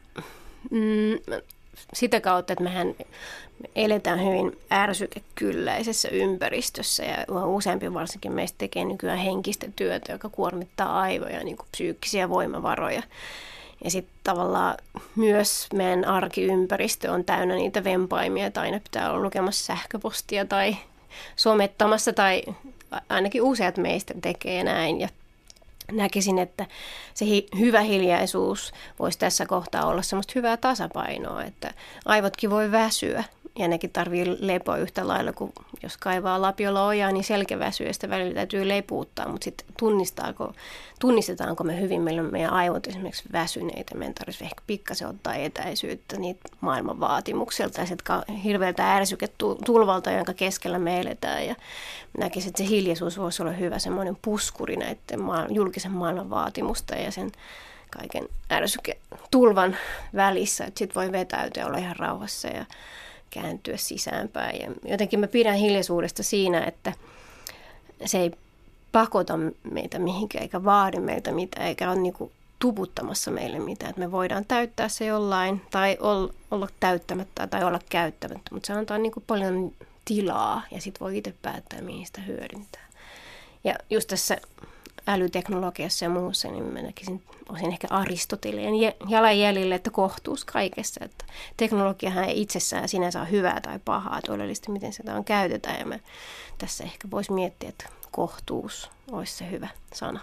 mm, sitä kautta, että mehän eletään hyvin ärsykekylläisessä ympäristössä ja useampi varsinkin meistä tekee nykyään henkistä työtä, joka kuormittaa aivoja, niin kuin psyykkisiä voimavaroja. Ja sitten tavallaan myös meidän arkiympäristö on täynnä niitä vempaimia, että aina pitää olla lukemassa sähköpostia tai somettamassa, tai ainakin useat meistä tekee näin. Ja näkisin, että se hi- hyvä hiljaisuus voisi tässä kohtaa olla semmoista hyvää tasapainoa, että aivotkin voi väsyä. Ja nekin tarvii lepoa yhtä lailla, kun jos kaivaa lapiolla ojaa, niin selkä väsyy ja sitä välillä täytyy lepuuttaa. Mutta sitten tunnistaako, tunnistetaanko me hyvin, meillä on meidän aivot esimerkiksi väsyneitä. Meidän tarvitsisi ehkä pikkasen ottaa etäisyyttä niitä maailman vaatimuksilta ja sieltä hirveältä ärsyketulvalta, jonka keskellä me eletään. Ja näkisin, että se hiljaisuus voisi olla hyvä semmoinen puskuri näiden maa, julkisen maailman vaatimusta ja sen kaiken ärsyketulvan välissä. Että sitten voi vetäytyä ja olla ihan rauhassa ja kääntyä sisäänpäin. Ja jotenkin mä pidän hiljaisuudesta siinä, että se ei pakota meitä mihinkään, eikä vaadi meiltä mitään, eikä ole niinku tuputtamassa meille mitään. Että me voidaan täyttää se jollain, tai olla täyttämättä tai olla käyttämättä, mutta se antaa niinku paljon tilaa, ja sitten voi itse päättää, mihin sitä hyödyntää. Ja just tässä älyteknologiassa ja muussa, niin mä näkisin, olisin ehkä Aristoteleen jalanjäljille, että kohtuus kaikessa. Että teknologiahan ei itsessään sinänsä ole hyvää tai pahaa, todellisesti miten sitä on käytetään. Ja mä tässä ehkä voisi miettiä, että kohtuus olisi se hyvä sana.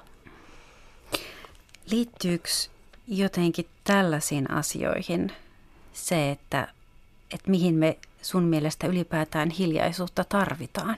Liittyykö jotenkin tällaisiin asioihin se, että, että mihin me sun mielestä ylipäätään hiljaisuutta tarvitaan?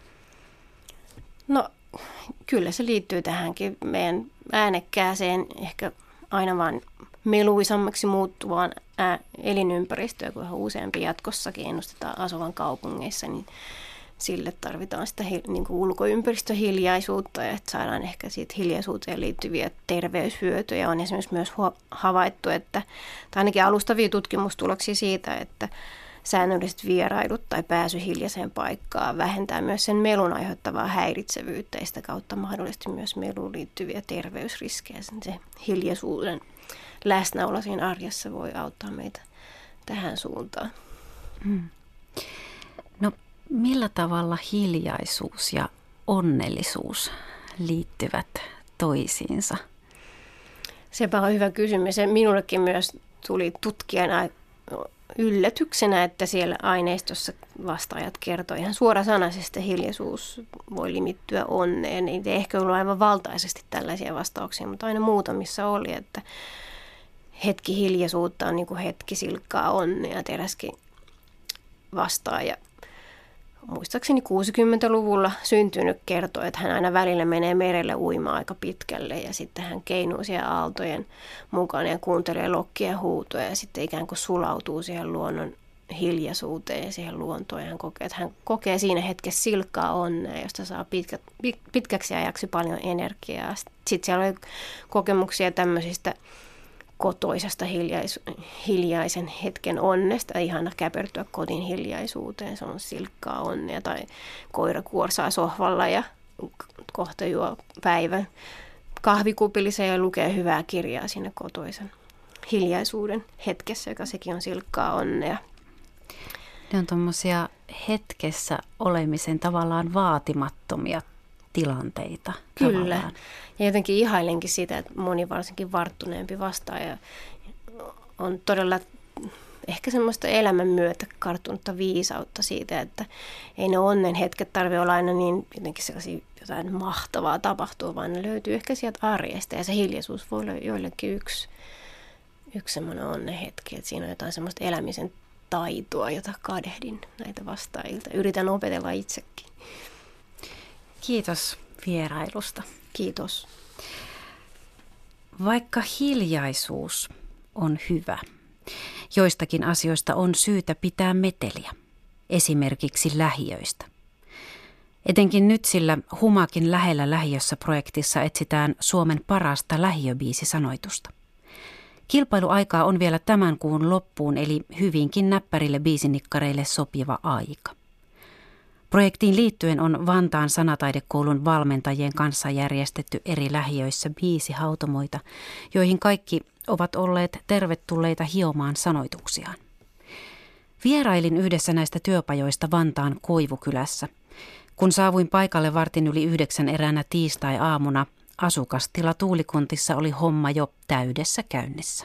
No kyllä se liittyy tähänkin meidän äänekkääseen, ehkä aina vaan meluisammaksi muuttuvaan ää, elinympäristöön, kun useampi jatkossakin ennustetaan asuvan kaupungeissa, niin sille tarvitaan sitä niin kuin ulkoympäristöhiljaisuutta, että saadaan ehkä siitä hiljaisuuteen liittyviä terveyshyötyjä. On esimerkiksi myös havaittu, että, tai ainakin alustavia tutkimustuloksia siitä, että säännölliset vierailut tai pääsy hiljaiseen paikkaan vähentää myös sen melun aiheuttavaa häiritsevyyttä ja sitä kautta mahdollisesti myös meluun liittyviä terveysriskejä. Se hiljaisuuden läsnäolo siinä arjessa voi auttaa meitä tähän suuntaan. Hmm. No millä tavalla hiljaisuus ja onnellisuus liittyvät toisiinsa? Sepä on hyvä kysymys. Se minullekin myös tuli tutkijana yllätyksenä, että siellä aineistossa vastaajat kertoi ihan suorasanaisesti, että hiljaisuus voi limittyä onneen. Ei ehkä ollut aivan valtaisesti tällaisia vastauksia, mutta aina muutamissa oli, että hetki hiljaisuutta on niin kuin hetki silkkaa onnea. Teräskin vastaaja muistaakseni kuusikymmentäluvulla syntynyt kertoi, että hän aina välillä menee merelle uimaan aika pitkälle ja sitten hän keinuu siellä aaltojen mukana ja kuuntelee lokkien huutoja ja sitten ikään kuin sulautuu siihen luonnon hiljaisuuteen ja siihen luontoon. Ja hän kokee, että hän kokee siinä hetkessä silkkaa onnea, josta saa pitkä, pitkäksi ajaksi paljon energiaa. Sitten siellä oli kokemuksia tämmöisistä kotoisesta hiljais, hiljaisen hetken onnesta. Ihana käpertyä kodin hiljaisuuteen, se on silkkaa onnea. Tai koira kuorsaa sohvalla ja kohta juo päivän kahvikupillisen ja lukee hyvää kirjaa sinne kotoisen hiljaisuuden hetkessä, joka sekin on silkkaa onnea. Ne on tuommoisia hetkessä olemisen tavallaan vaatimattomia tilanteita. Kyllä. Tavallaan. Ja jotenkin ihailenkin sitä, että moni varsinkin varttuneempi vastaaja on todella ehkä semmoista elämän myötä karttunutta viisautta siitä, että ei ne onnen hetket tarvitse olla aina niin jotenkin sellaisia jotain mahtavaa tapahtua, vaan ne löytyy ehkä sieltä arjesta. Ja se hiljaisuus voi olla joillekin yksi, yksi semmoinen onnen hetki, että siinä on jotain semmoista elämisen taitoa, jota kadehdin näitä vastaajilta. Yritän opetella itsekin. Kiitos vierailusta. Kiitos. Vaikka hiljaisuus on hyvä, joistakin asioista on syytä pitää meteliä, esimerkiksi lähiöistä. Etenkin nyt, sillä Humakin lähellä lähiössä -projektissa etsitään Suomen parasta lähiöbiisisanoitusta. Kilpailuaikaa on vielä tämän kuun loppuun, eli hyvinkin näppärille biisinikkareille sopiva aika. Projektiin liittyen on Vantaan sanataidekoulun valmentajien kanssa järjestetty eri lähiöissä biisihautomoita, joihin kaikki ovat olleet tervetulleita hiomaan sanoituksiaan. Vierailin yhdessä näistä työpajoista Vantaan Koivukylässä. Kun saavuin paikalle vartin yli yhdeksän eräänä tiistai-aamuna, asukastila Tuulikontissa oli homma jo täydessä käynnissä.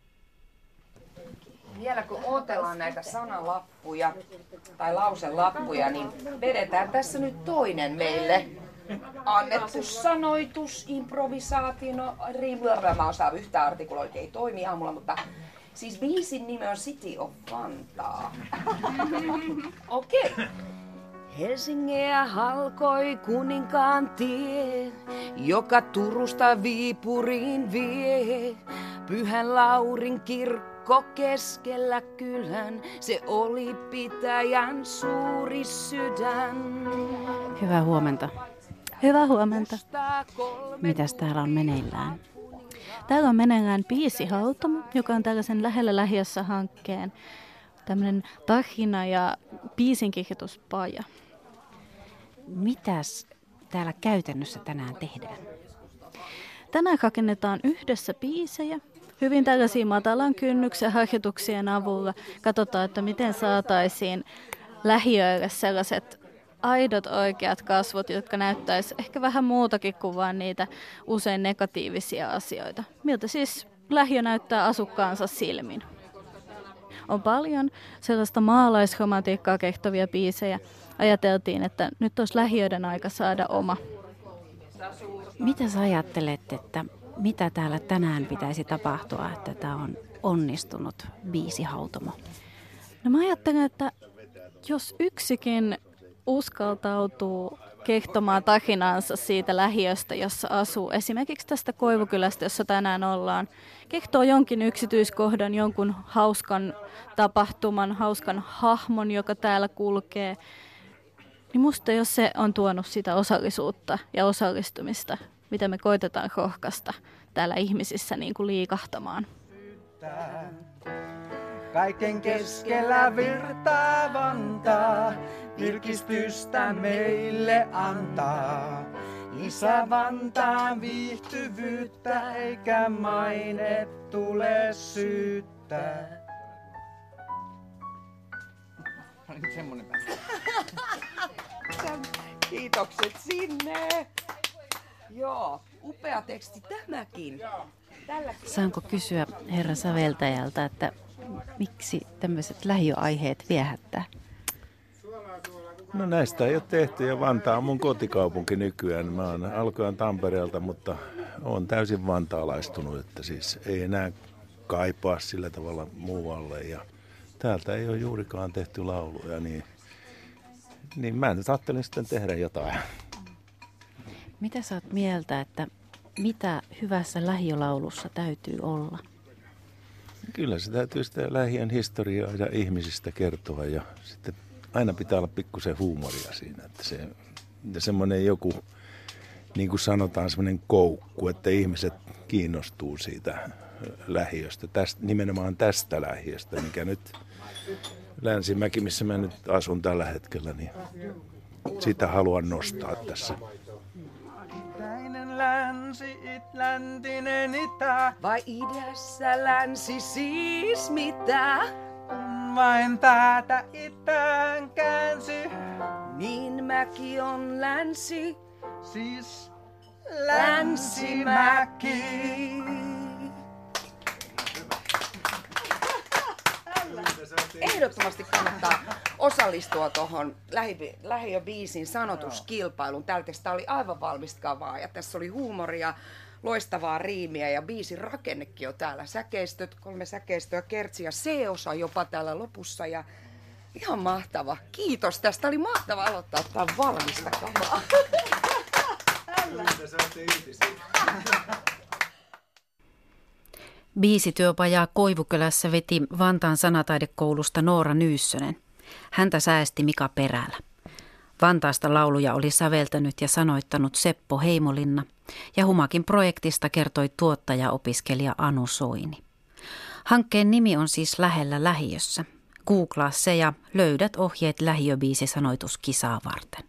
Vielä kun odotellaan näitä sanalappuja tai lauselappuja, niin vedetään tässä nyt toinen meille annettu sanoitus, improvisaatio, riimlörrä. Mä osaan yhtä artikuloida, ei toimi aamulla, mutta siis biisin nimi on City of Vantaa. Okei. Okay. Helsingiä halkoi kuninkaan tie, joka Turusta Viipuriin vie. Pyhän Laurin kirkko keskellä kylän, se oli pitäjän suuri sydän. Hyvää huomenta. Hyvää huomenta. Mitäs täällä on meneillään? Täällä on meneillään biisihautomo, joka on tällaisen lähellä lähiössä hankkeen tämmöinen tarina ja biisinkirjoituspaja. Mitäs täällä käytännössä tänään tehdään? Tänään rakennetaan yhdessä biisejä. Hyvin tällaisia matalan kynnyksen harjoituksien avulla katsotaan, että miten saataisiin lähiöille sellaiset aidot oikeat kasvot, jotka näyttäisi ehkä vähän muutakin kuin vain niitä usein negatiivisia asioita. Miltä siis lähiö näyttää asukkaansa silmin. On paljon sellaista maalaisromantiikkaa kehtovia biisejä. Ajateltiin, että nyt olisi lähiöiden aika saada oma. Mitä sä ajattelet, että mitä täällä tänään pitäisi tapahtua, että tämä on onnistunut biisihautomo? No mä ajattelen, että jos yksikin uskaltautuu kertomaan tarinansa siitä lähiöstä, jossa asuu, esimerkiksi tästä Koivukylästä, jossa tänään ollaan, kertoo jonkin yksityiskohdan, jonkun hauskan tapahtuman, hauskan hahmon, joka täällä kulkee, niin musta jos se on tuonut sitä osallisuutta ja osallistumista, mitä me koitetaan rohkaista täällä ihmisissä niin kuin liikahtamaan. Kaiken keskellä virtaa Vantaa, virkistystä meille antaa. Isä Vantaan viihtyvyyttä, eikä maine tule syyttää. Semmoinen Kiitokset sinne. Joo, upea teksti tämäkin. Tälläkin. Saanko kysyä herra säveltäjältä, että miksi tämmöiset lähiöaiheet viehättää? No näistä ei ole tehty ja Vantaa on mun kotikaupunki nykyään. Mä oon alkuaan Tampereelta, mutta oon täysin vantaalaistunut, että siis ei enää kaipaa sillä tavalla muualle. Ja täältä ei ole juurikaan tehty lauluja, niin, niin mä nyt ajattelin sitten tehdä jotain. Mitä sä oot mieltä, että mitä hyvässä lähiölaulussa täytyy olla? Kyllä se täytyy sitä lähiön historiaa ja ihmisistä kertoa ja sitten aina pitää olla pikkusen huumoria siinä, että se semmoinen joku, niin kuin sanotaan, semmoinen koukku, että ihmiset kiinnostuu siitä lähiöstä, tästä, nimenomaan tästä lähiöstä, mikä nyt Länsimäki, missä mä nyt asun tällä hetkellä, niin sitä haluan nostaa tässä. Itäinen länsi, it, läntinen itä. Vai idässä länsi siis mitä? Kun vain päätä itään käänsi. Niin mäki on länsi, siis länsimäki. Ehdottomasti kannattaa osallistua tuohon lähi- lähiöbiisin sanotuskilpailuun. Tältä oli aivan valmistavaa ja tässä oli huumoria, loistavaa riimiä ja biisin rakennekin on täällä. Säkeistöt, kolme säkeistöä, kertsi ja C-osa jopa täällä lopussa ja ihan mahtava. Kiitos, tästä oli mahtava aloittaa tämän valmista kamaa. Biisityöpajaa Koivukylässä veti Vantaan sanataidekoulusta Noora Nyyssönen. Häntä säästi Mika Perälä. Vantaasta lauluja oli säveltänyt ja sanoittanut Seppo Heimolinna ja Humakin projektista kertoi tuottaja-opiskelija Anu Soini. Hankkeen nimi on siis Lähellä lähiössä. Googlaa se ja löydät ohjeet lähiöbiisisanoituskisaa varten.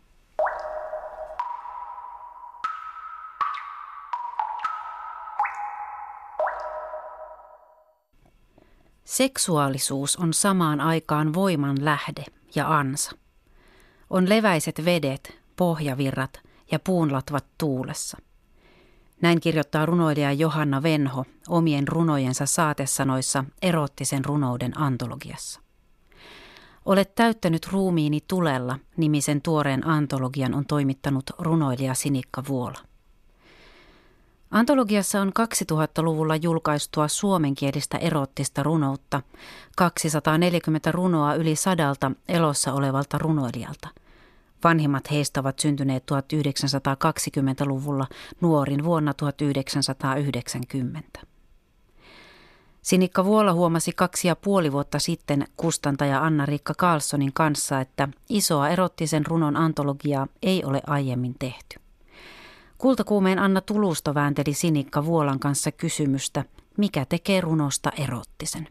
Seksuaalisuus on samaan aikaan voiman lähde ja ansa. On leväiset vedet, pohjavirrat ja puunlatvat tuulessa. Näin kirjoittaa runoilija Johanna Venho omien runojensa saatesanoissa eroottisen runouden antologiassa. Olet täyttänyt ruumiini tulella -nimisen tuoreen antologian on toimittanut runoilija Sinikka Vuola. Antologiassa on kaksituhattaluvulla julkaistua suomenkielistä eroottista runoutta, kaksisataaneljäkymmentä runoa yli sadalta elossa olevalta runoilijalta. Vanhimmat heistä ovat syntyneet tuhatyhdeksänsataakaksikymmentäluvulla, nuorin vuonna tuhatyhdeksänsataayhdeksänkymmentä. Sinikka Vuola huomasi kaksi ja puoli vuotta sitten kustantaja Anna-Riikka Karlssonin kanssa, että isoa erottisen runon antologiaa ei ole aiemmin tehty. Kultakuumeen Anna Tulusto väänteli Sinikka Vuolan kanssa kysymystä, mikä tekee runosta eroottisen.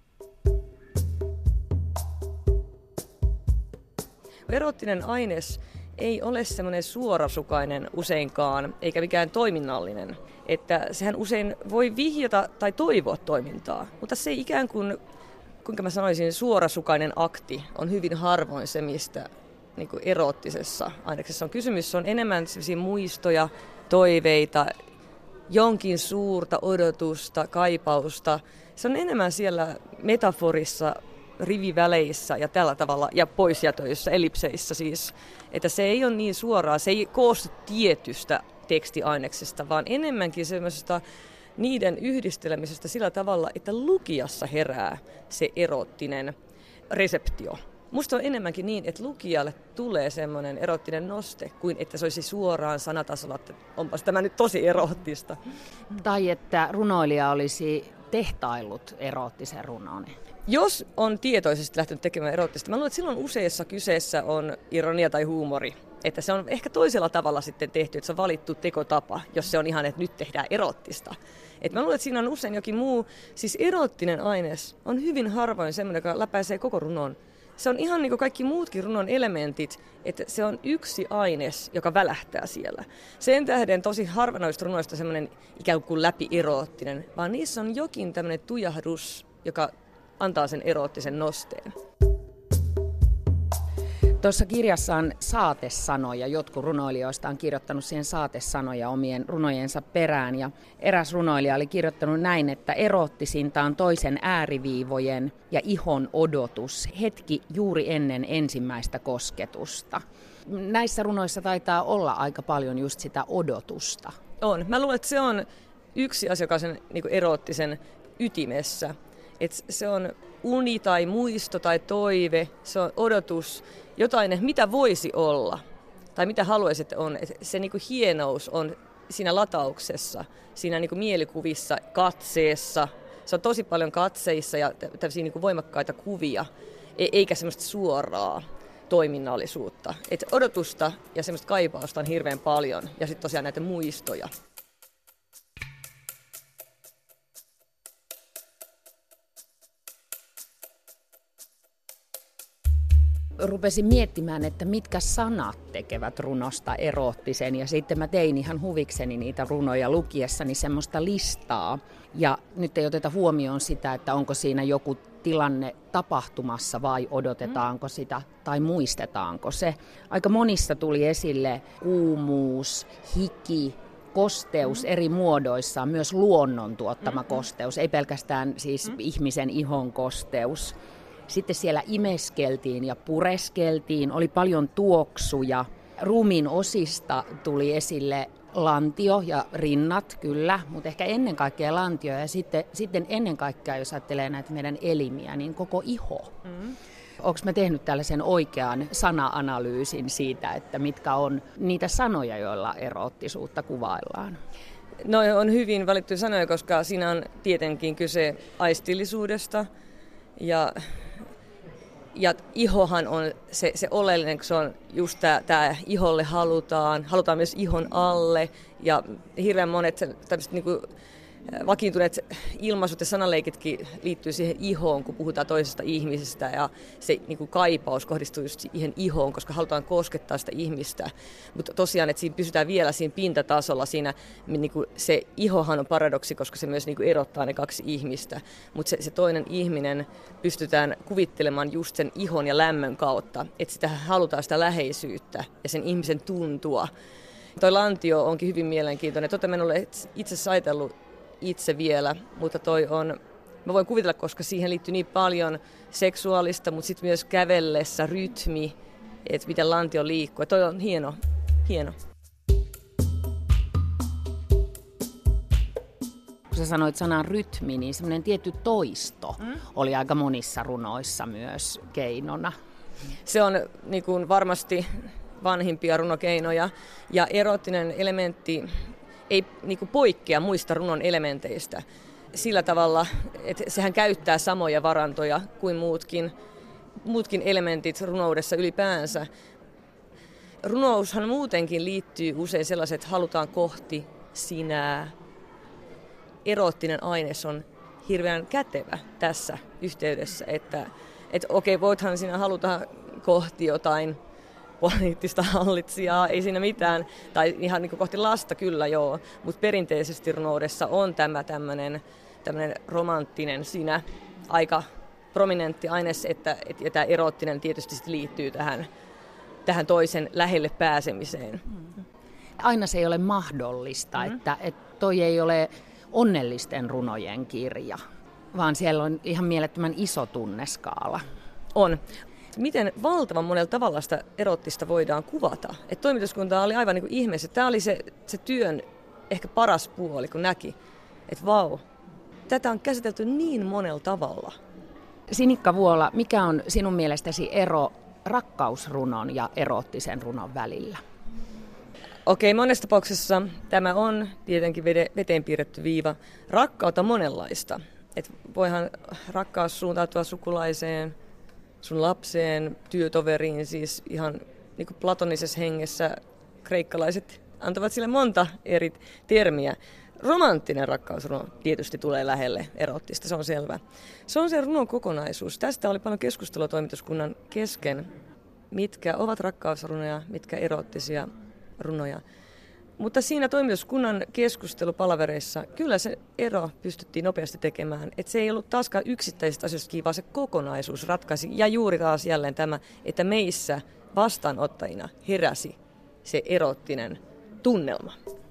Eroottinen aines ei ole semmoinen suorasukainen useinkaan, eikä mikään toiminnallinen. Että sehän usein voi vihjata tai toivoa toimintaa, mutta se ikään kuin, kuinka mä sanoisin, suorasukainen akti on hyvin harvoin se, mistä niin kuin eroottisessa aineksessa on kysymys. Se on enemmän sellaisia muistoja, toiveita, jonkin suurta odotusta, kaipausta. Se on enemmän siellä metaforissa, riviväleissä ja tällä tavalla, ja poisjätöissä, ellipseissä siis. Että se ei ole niin suoraa, se ei koostu tietystä tekstiaineksesta, vaan enemmänkin semmoisesta niiden yhdistelemisestä sillä tavalla, että lukijassa herää se eroottinen reseptio. Musta on enemmänkin niin, että lukijalle tulee semmoinen eroottinen noste, kuin että se olisi suoraan sanatasolla, että onpas tämä nyt tosi eroottista. Tai että runoilija olisi tehtaillut eroottisen runon. Jos on tietoisesti lähtenyt tekemään erottista, mä luulen, että silloin useissa kyseessä on ironia tai huumori. Että se on ehkä toisella tavalla sitten tehty, että se on valittu tekotapa, jos se on ihan, että nyt tehdään erottista. Et mä luulen, että siinä on usein jokin muu, siis erottinen aines on hyvin harvoin semmoinen, joka läpäisee koko runon. Se on ihan niin kuin kaikki muutkin runon elementit, että se on yksi aines, joka välähtää siellä. Sen tähden tosi harva noista runoista semmoinen ikään kuin läpi eroottinen, vaan niissä on jokin tämmöinen tujahdus, joka antaa sen eroottisen nosteen. Tuossa kirjassa on saatesanoja. Jotkut runoilijoista on kirjoittanut siihen saatesanoja omien runojensa perään. Ja eräs runoilija oli kirjoittanut näin, että eroottisinta on toisen ääriviivojen ja ihon odotus, hetki juuri ennen ensimmäistä kosketusta. Näissä runoissa taitaa olla aika paljon just sitä odotusta. On. Mä luulen, että se on yksi asia, joka on sen niin kuin eroottisen ytimessä. Että se on uni tai muisto tai toive, se on odotus, jotain, mitä voisi olla tai mitä haluaisit on. Et se niinku hienous on siinä latauksessa, siinä niinku mielikuvissa, katseessa. Se on tosi paljon katseissa ja tämmöisiä niinku voimakkaita kuvia, eikä semmoista suoraa toiminnallisuutta. Et odotusta ja semmoista kaipausta on hirveän paljon ja sitten tosiaan näitä muistoja. Rupesin miettimään, että mitkä sanat tekevät runosta eroottisen, ja sitten mä tein ihan huvikseni niitä runoja lukiessani semmoista listaa. Ja nyt ei oteta huomioon sitä, että onko siinä joku tilanne tapahtumassa vai odotetaanko sitä tai muistetaanko se. Aika monissa tuli esille kuumuus, hiki, kosteus eri muodoissaan, myös luonnon tuottama kosteus, ei pelkästään siis ihmisen ihon kosteus. Sitten siellä imeskeltiin ja pureskeltiin, oli paljon tuoksuja. Ruumiin osista tuli esille lantio ja rinnat, kyllä, mutta ehkä ennen kaikkea lantio. Ja sitten, sitten ennen kaikkea, jos ajattelee näitä meidän elimiä, niin koko iho. Mm. Onko mä tehnyt tällaisen oikean sana-analyysin siitä, että mitkä on niitä sanoja, joilla eroottisuutta kuvaillaan? No on hyvin valittu sanoja, koska siinä on tietenkin kyse aistillisuudesta. Ja, ja ihohan on se, se oleellinen, kun se on just tämä iholle halutaan, halutaan myös ihon alle ja hirveän monet tämmöiset niinku vakiintuneet ilmaisut ja sanaleikitkin liittyy siihen ihoon, kun puhutaan toisesta ihmisestä ja se niinku kaipaus kohdistuu just siihen ihoon, koska halutaan koskettaa sitä ihmistä. Mutta tosiaan, että siinä pysytään vielä siinä pintatasolla, siinä niinku se ihohan on paradoksi, koska se myös niinku erottaa ne kaksi ihmistä, mutta se, se toinen ihminen pystytään kuvittelemaan just sen ihon ja lämmön kautta, että sitä halutaan sitä läheisyyttä ja sen ihmisen tuntua. Toi lantio onkin hyvin mielenkiintoinen. Tota mä en ole itse asiassa ajatellut itse vielä, mutta toi on, mä voin kuvitella, koska siihen liittyy niin paljon seksuaalista, mutta sitten myös kävellessä rytmi, että miten lantio liikkuu. Ja toi on hieno, hieno. Kun sä sanoit sanan rytmi, niin semmoinen tietty toisto mm. oli aika monissa runoissa myös keinona. Se on niin kuin varmasti vanhimpia runokeinoja ja eroottinen elementti ei niin kuin poikkea muista runon elementeistä sillä tavalla, että sehän käyttää samoja varantoja kuin muutkin, muutkin elementit runoudessa ylipäänsä. Runoushan muutenkin liittyy usein sellaiset, että halutaan kohti sinää. Eroottinen aines on hirveän kätevä tässä yhteydessä, että, että okei, voithan sinä haluta kohti jotain poliittista hallitsijaa, ei siinä mitään, tai ihan niin kuin kohti lasta kyllä joo, mutta perinteisesti runoudessa on tämä tämmöinen romanttinen sinä, aika prominentti aines, että, että tämä eroottinen tietysti liittyy tähän, tähän toisen lähelle pääsemiseen. Aina se ei ole mahdollista, mm-hmm. että, että toi ei ole onnellisten runojen kirja, vaan siellä on ihan mielettömän iso tunneskaala. On. Miten valtavan monella tavalla sitä eroottista voidaan kuvata. Et toimituskunta oli aivan niin kuin ihmeessä. Tämä oli se, se työn ehkä paras puoli, kun näki, että vau, tätä on käsitelty niin monella tavalla. Sinikka Vuola, mikä on sinun mielestäsi ero rakkausrunon ja eroottisen runon välillä? Okei, monessa tapauksessa tämä on tietenkin veteen piirretty viiva. Rakkautta monenlaista. että voihan rakkaus suuntautua sukulaiseen, sun lapseen, työtoveriin, siis ihan niin kuin platonisessa hengessä kreikkalaiset antavat sille monta eri termiä. Romanttinen rakkausruno tietysti tulee lähelle erottista, se on selvä. Se on se runon kokonaisuus. Tästä oli paljon keskustelua toimituskunnan kesken, mitkä ovat rakkausrunoja, mitkä erottisia runoja. Mutta siinä toimituskunnan keskustelupalavereissa kyllä se ero pystyttiin nopeasti tekemään. Että se ei ollut taaskaan yksittäisistä asioista kiinni, vaan se kokonaisuus ratkaisi. Ja juuri taas jälleen tämä, että meissä vastaanottajina heräsi se erottinen tunnelma.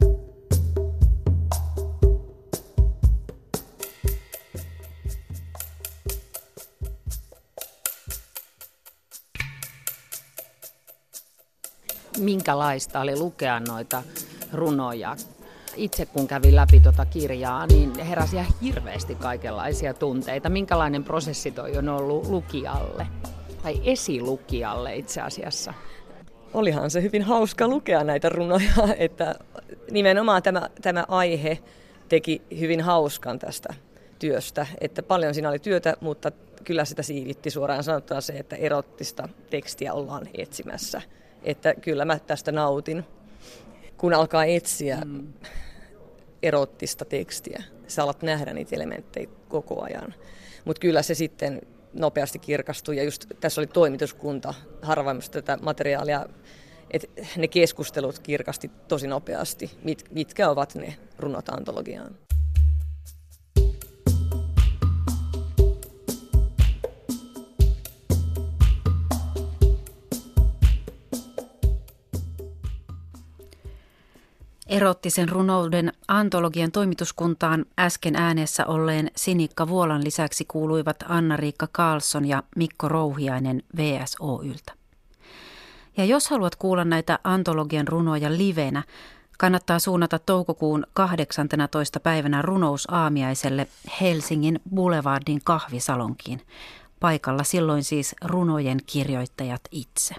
Minkälaista oli lukea noita runoja. Itse kun kävin läpi tuota kirjaa, niin heräsi ihan hirveästi kaikenlaisia tunteita. Minkälainen prosessi toi on ollut lukijalle, tai esilukijalle itse asiassa? Olihan se hyvin hauska lukea näitä runoja, että nimenomaan tämä, tämä aihe teki hyvin hauskan tästä työstä. Että paljon siinä oli työtä, mutta kyllä sitä siivitti suoraan sanottuna se, että erottista tekstiä ollaan etsimässä. Että kyllä mä tästä nautin, kun alkaa etsiä mm. erottista tekstiä. Sä alat nähdä niitä elementtejä koko ajan. Mutta kyllä se sitten nopeasti kirkastui. Ja just tässä oli toimituskunta harvaimassa tätä materiaalia. Että ne keskustelut kirkasti tosi nopeasti, mit, mitkä ovat ne runot antologiaan. Erottisen runouden antologian toimituskuntaan äsken äänessä olleen Sinikka Vuolan lisäksi kuuluivat Anna-Riikka Karlsson ja Mikko Rouhiainen V S Oy:ltä. Ja jos haluat kuulla näitä antologian runoja livenä, kannattaa suunnata toukokuun kahdeksanteenatoista päivänä runousaamiaiselle Helsingin Boulevardin kahvisalonkiin. Paikalla silloin siis runojen kirjoittajat itse.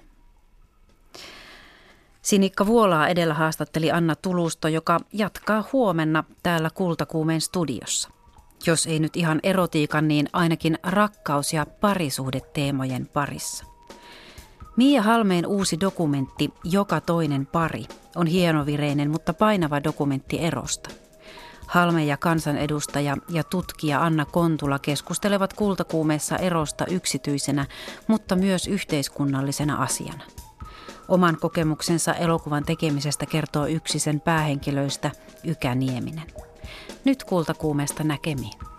Sinikka Vuolaa edellä haastatteli Anna Tulusto, joka jatkaa huomenna täällä Kultakuumeen studiossa. Jos ei nyt ihan erotiikan, niin ainakin rakkaus- ja parisuhdeteemojen parissa. Mia Halmeen uusi dokumentti Joka toinen pari on hienovireinen, mutta painava dokumentti erosta. Halme ja kansanedustaja ja tutkija Anna Kontula keskustelevat Kultakuumeessa erosta yksityisenä, mutta myös yhteiskunnallisena asiana. Oman kokemuksensa elokuvan tekemisestä kertoo yksi sen päähenkilöistä, Ykä Nieminen. Nyt Kultakuumeesta näkemiin.